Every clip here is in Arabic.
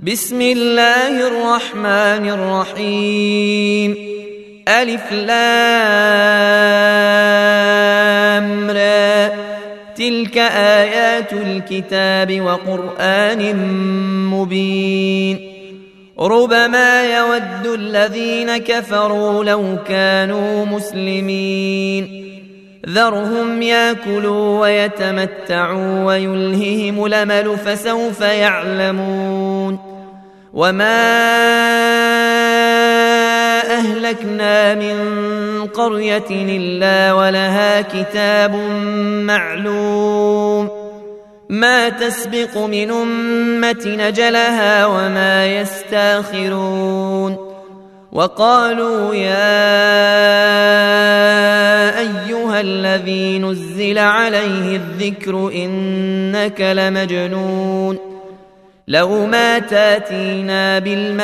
بسم الله الرحمن الرحيم. ألف لام را، تلك آيات الكتاب وقرآن مبين. ربما يود الذين كفروا لو كانوا مسلمين. ذرهم ياكلوا ويتمتعوا ويلههم الأمل فسوف يعلمون. وما أهلكنا من قرية إلا ولها كتاب معلوم، ما تسبق من أمة أجلها وما يستاخرون. وقالوا يا أيها الذي نزل عليه الذكر إنك لمجنون، لو ما تاتينا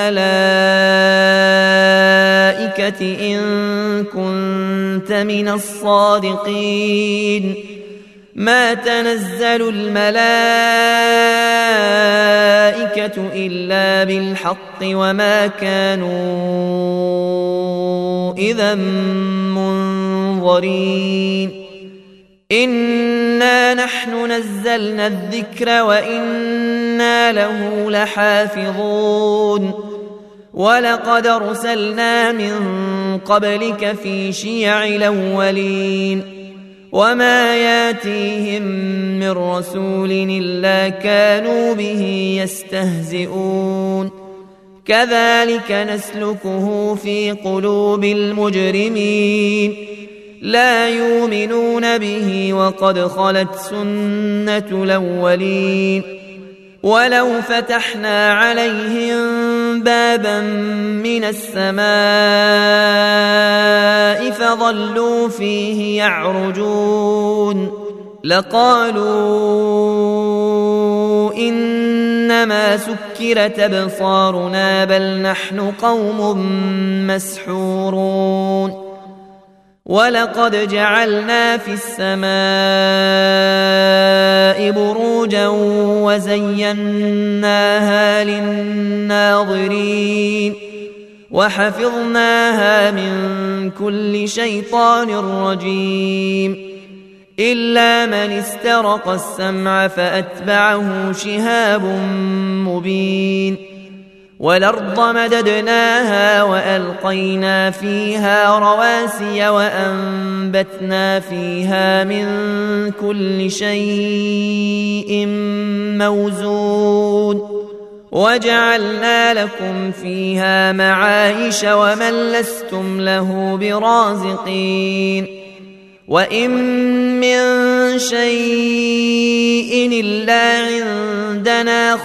بالملائكة إن كنت من الصادقين. ما تنزل الملائكة إلا بالحق وما كانوا إذا منظرين. إنا نحن نزلنا الذكر وإنا له لحافظون. ولقد أرسلنا من قبلك في شيع الأولين، وما ياتيهم من رسول إلا كانوا به يستهزئون. كذلك نسلكه في قلوب المجرمين، لا يؤمنون به وقد خلت سنة الأولين. ولو فتحنا عليهم بابا من السماء فظلوا فيه يعرجون لقالوا إنما سكرت أبصارنا بل نحن قوم مسحورون. ولقد جعلنا في السماء بروجا وزيناها للناظرين وحفظناها من كل شيطان رجيم إلا من استرق السمع فأتبعه شهاب مبين. والأرض مددناها وألقينا فيها رواسي وأنبتنا فيها من كل شيء موزون وجعلنا لكم فيها معايش ومن لستم له برازقين. وإن من شيء إلا عندنا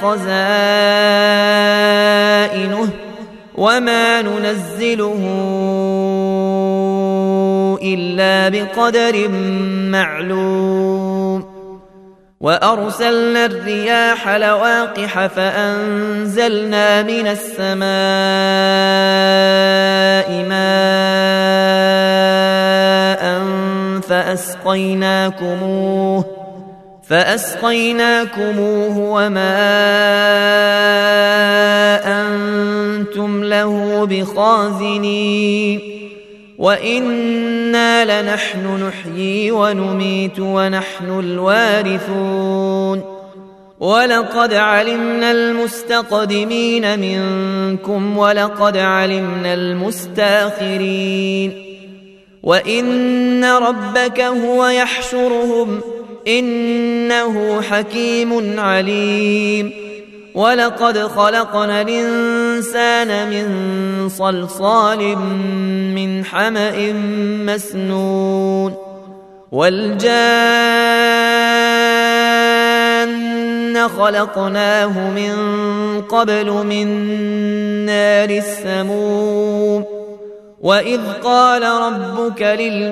خزائنه وما ننزله إلا بقدر معلوم. وأرسلنا الرياح لواقح فأنزلنا من السماء ماء فأسقيناكموه وما أنتم له بخازنين. وإنا لنحن نحيي ونميت ونحن الوارثون. ولقد علمنا المستقدمين منكم ولقد علمنا المستاخرين. وإن ربك هو يحشرهم إنه حكيم عليم. ولقد خلقنا الإنسان من صلصال من حمأ مسنون والجان خلقناه من قبل من نار السموم. وإذ قال ربك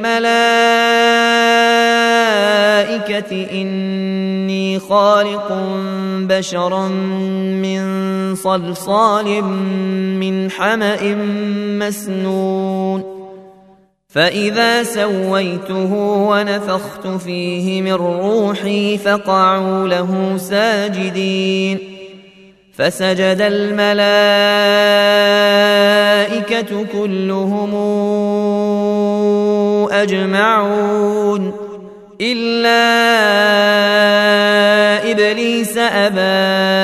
للملائكة إني خالق بشرا من صلصال من حمأ مسنون فإذا سويته ونفخت فيه من روحي فقعوا له ساجدين. فسجد الملائكة كلهم أجمعون إلا إبليس أبى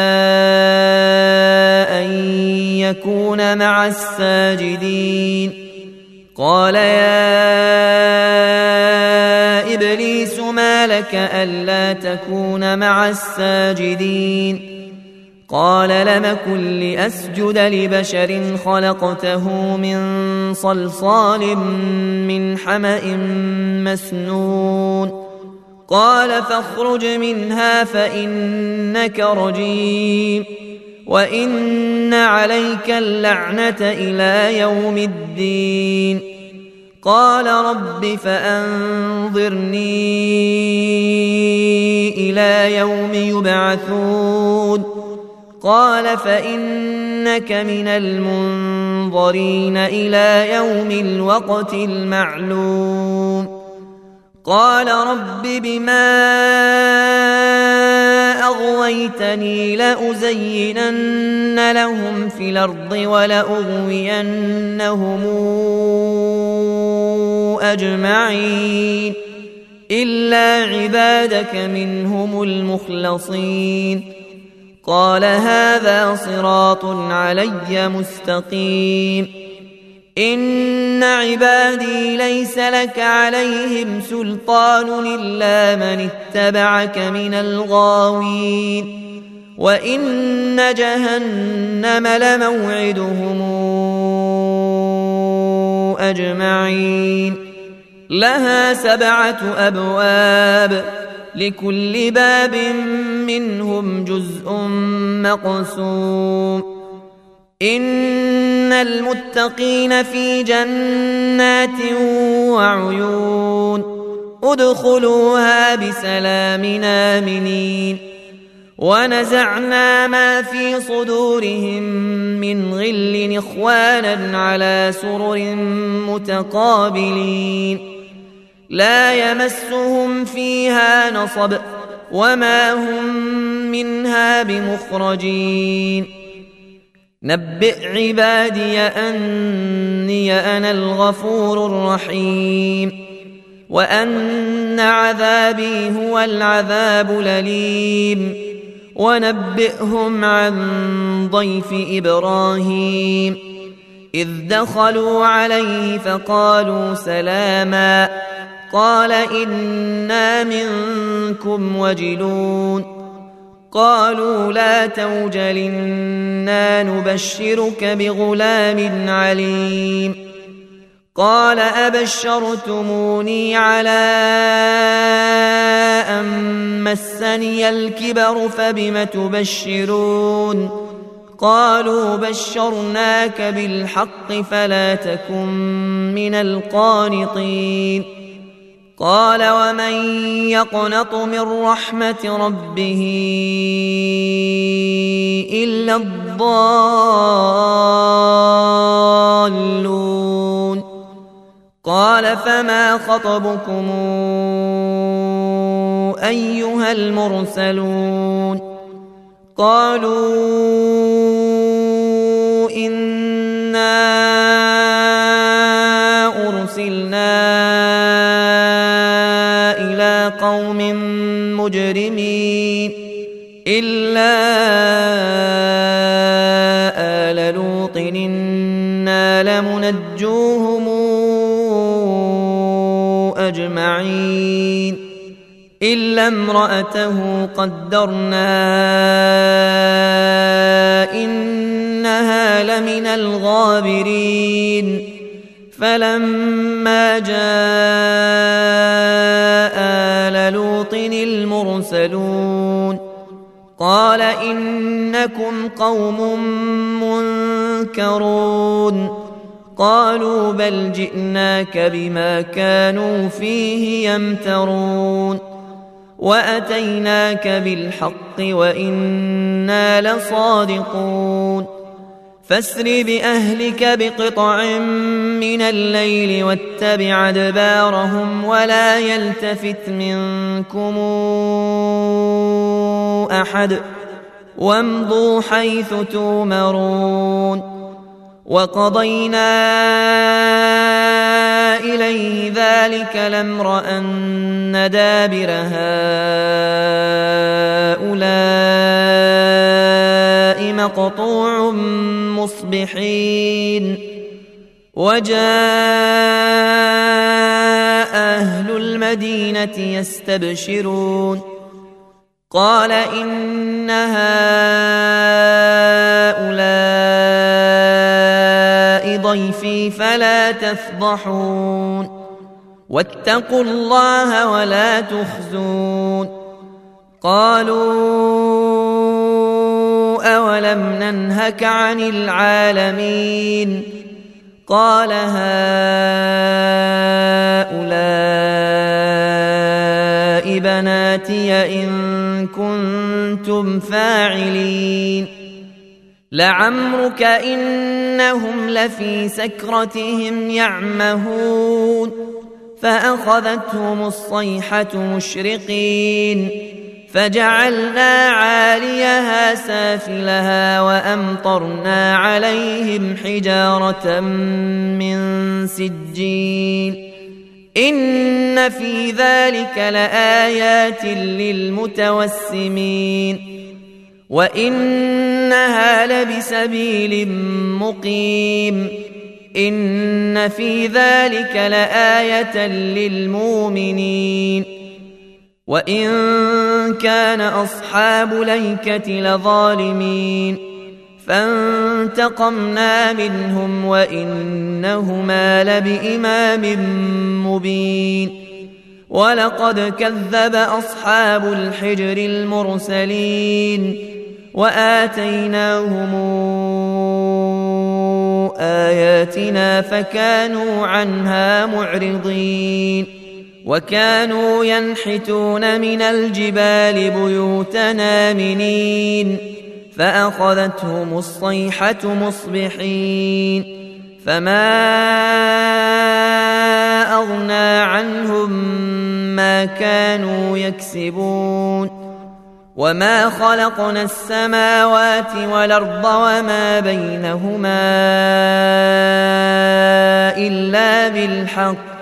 أن يكون مع الساجدين قال يا إبليس ما لك ألا تكون مع الساجدين قال لم أكن لأسجد لبشر خلقته من صلصال من حمأ مسنون قال فاخرج منها فإنك رجيم وإن عليك اللعنة إلى يوم الدين قال رب فأنظرني إلى يوم يبعثون قال فإنك من المنظرين إلى يوم الوقت المعلوم قال رب بما أغويتني لأزينن لهم في الأرض ولأغوينهم أجمعين إلا عبادك منهم المخلصين قال هذا صراط علي مستقيم إن عبادي ليس لك عليهم سلطان إلا من اتبعك من الغاوين وإن جهنم لموعدهم أجمعين لها 7 أبواب لكل باب منهم جزء مقسوم إن المتقين في جنات وعيون ادخلوها بسلام آمنين ونزعنا ما في صدورهم من غل إخوانا على سرر متقابلين لا يمسهم فيها نصب وما هم منها بمخرجين نبئ عبادي أني أنا الغفور الرحيم وأن عذابي هو العذاب الأليم ونبئهم عن ضيف إبراهيم إذ دخلوا عليه فقالوا سلاما قال إنا منكم وجلون قالوا لا توجل إنا نبشرك بغلام عليم قال أبشرتموني على أن مسني الكبر فبم تبشرون قالوا بشرناك بالحق فلا تكن من القانطين قال ومن يقنط من رحمة ربه إلا الضالون قال فما خطبكم أيها المرسلون قالوا إنا أرسلنا إلى قوم مجرمين إلا آل لوط إنا لمنجوهم أجمعين إلا امرأته قدرنا إنها لمن الغابرين فلما جاء آل لوط المرسلون قال إنكم قوم منكرون قالوا بل جئناك بما كانوا فيه يمترون وأتيناك بالحق وإنا لصادقون فاسر بأهلك بقطع من الليل واتبع أدبارهم ولا يلتفت منكم أحد وامضوا حيث تؤمرون وقضينا إليه ذلك الأمر أن دابر هؤلاء مقطوع مصبحين وجاء أهل المدينة يستبشرون قال إن هؤلاء ضيفي فلا تفضحون واتقوا الله ولا تخزون قالوا أولم ننهك عن العالمين قال هؤلاء بناتي إن كنتم فاعلين لعمرك إنهم لفي سكرتهم يعمهون فأخذتهم الصيحة مشرقين فجعلنا عاليها سافلها وأمطرنا عليهم حجارة من سجيل إن في ذلك لآيات للمتوسمين وإنها لبسبيل مقيم إن في ذلك لآية للمؤمنين وإن كان أصحاب الأيكة لظالمين فانتقمنا منهم وإنهما لبإمام مبين ولقد كذب أصحاب الحجر المرسلين وآتيناهم آياتنا فكانوا عنها معرضين وكانوا ينحتون من الجبال بيوتا آمنين فأخذتهم الصيحة مصبحين فما أغنى عنهم ما كانوا يكسبون وما خلقنا السماوات والأرض وما بينهما إلا بالحق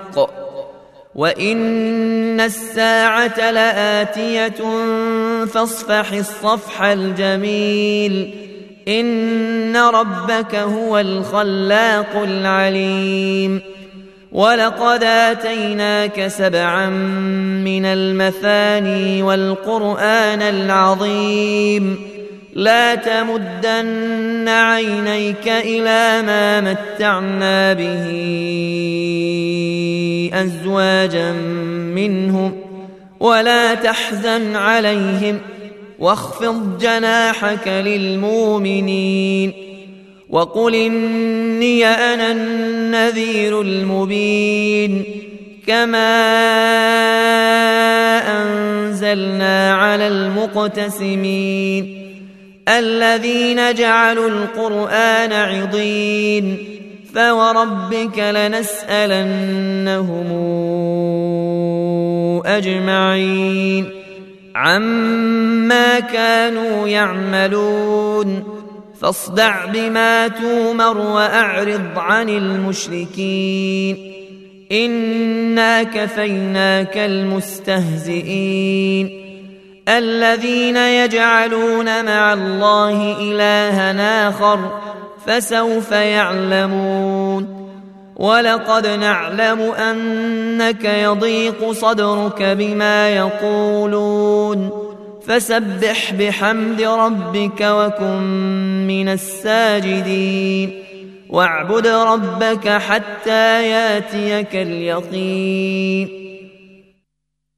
وإن الساعة لآتية فاصفح الصفح الجميل إن ربك هو الخلاق العليم ولقد آتيناك 7 من المثاني والقرآن العظيم لا تمدن عينيك إلى ما متعنا به أزواجا منهم ولا تحزن عليهم واخفض جناحك للمؤمنين وقل إني أنا النذير المبين كما أنزلنا على المقتسمين الذين جعلوا القرآن عضين فوربك لنسألنهم أجمعين عما كانوا يعملون فاصدع بما تومر وأعرض عن المشركين إنا كفيناك المستهزئين الذين يجعلون مع الله إلها آخر فسوف يعلمون ولقد نعلم أنك يضيق صدرك بما يقولون فسبح بحمد ربك وكن من الساجدين واعبد ربك حتى ياتيك اليقين